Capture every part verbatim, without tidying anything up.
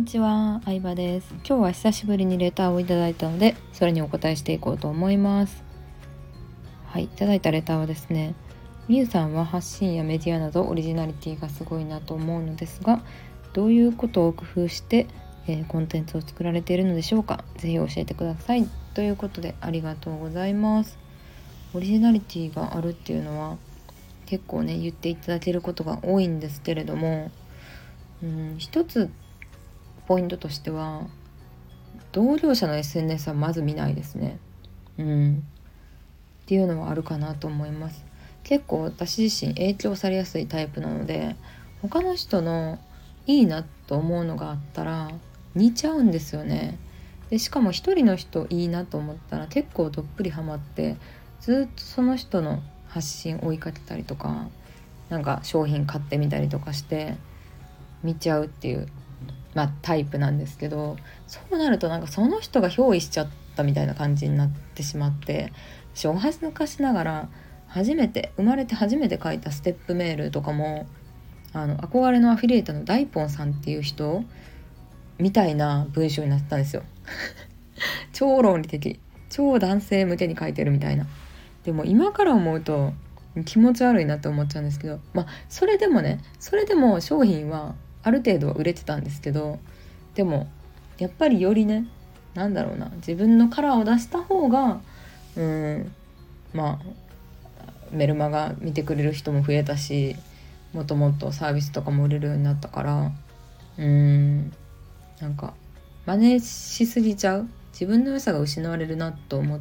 にちは、相葉です。今日は久しぶりにレターをいただいたので、それにお答えしていこうと思います。はい、いただいたレターはですね、みゆさんは発信やメディアなどオリジナリティがすごいなと思うのですが、どういうことを工夫して、えーコンテンツを作られているのでしょうか。ぜひ教えてください。ということで、ありがとうございます。オリジナリティがあるっていうのは結構ね、言っていただけることが多いんですけれども、うん、一つポイントとしては、同業者の エスエヌエス はまず見ないですね。うんっていうのはあるかなと思います。結構私自身影響されやすいタイプなので、他の人のいいなと思うのがあったら似ちゃうんですよね。でしかも一人の人いいなと思ったら結構どっぷりハマって、ずっとその人の発信追いかけたりとか、なんか商品買ってみたりとかして見ちゃうっていう、まあ、タイプなんですけど、そうなるとなんかその人が憑依しちゃったみたいな感じになってしまって、私お恥ずかしながら初めて生まれて初めて書いたステップメールとかも、あの憧れのアフィリエイターの大ポンさんっていう人みたいな文章になってたんですよ。超論理的、超男性向けに書いてるみたいな。でも今から思うと気持ち悪いなって思っちゃうんですけど、まあそれでもねそれでも商品はある程度は売れてたんですけど、でもやっぱりよりね、なんだろうな、自分のカラーを出した方がうーんまあメルマガ見てくれる人も増えたし、もっともっとサービスとかも売れるようになったから、うーんなんか真似しすぎちゃう、自分の良さが失われるなと思って、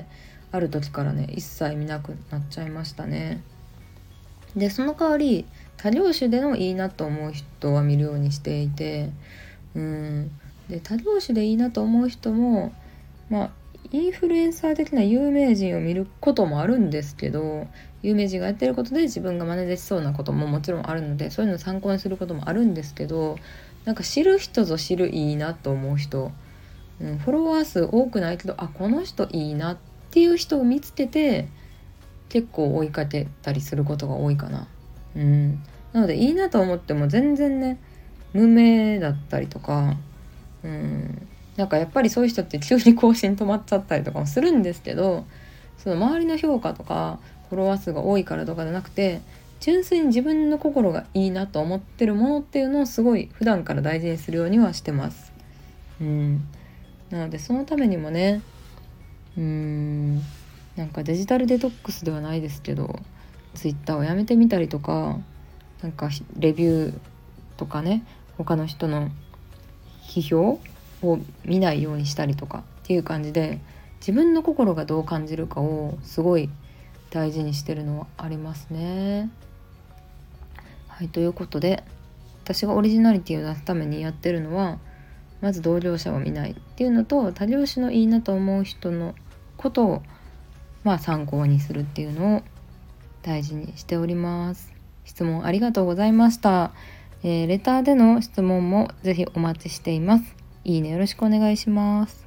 ある時からね一切見なくなっちゃいましたね。でその代わり他業種でのいいなと思う人は見るようにしていて、うんで他業種でいいなと思う人も、まあインフルエンサー的な有名人を見ることもあるんですけど、有名人がやってることで自分が真似できそうなことももちろんあるので、そういうのを参考にすることもあるんですけど、なんか知る人ぞ知るいいなと思う人、うん、フォロワー数多くないけど、あこの人いいなっていう人を見つけて結構追いかけたりすることが多いかな。うん、なのでいいなと思っても全然ね無名だったりとか、うん、なんかやっぱりそういう人って急に更新止まっちゃったりとかもするんですけど、その周りの評価とかフォロワー数が多いからとかじゃなくて、純粋に自分の心がいいなと思ってるものっていうのをすごい普段から大事にするようにはしてます。うん、なのでそのためにもね、うーんなんかデジタルデトックスではないですけど、ツイッターをやめてみたりとか、なんかレビューとかね、他の人の批評を見ないようにしたりとかっていう感じで、自分の心がどう感じるかをすごい大事にしてるのはありますね。はい、ということで、私がオリジナリティを出すためにやってるのは、まず同業者を見ないっていうのと、他業種のいいなと思う人のことをまあ参考にするっていうのを大事にしております。質問ありがとうございました。えー、レターでの質問もぜひお待ちしています。いいねよろしくお願いします。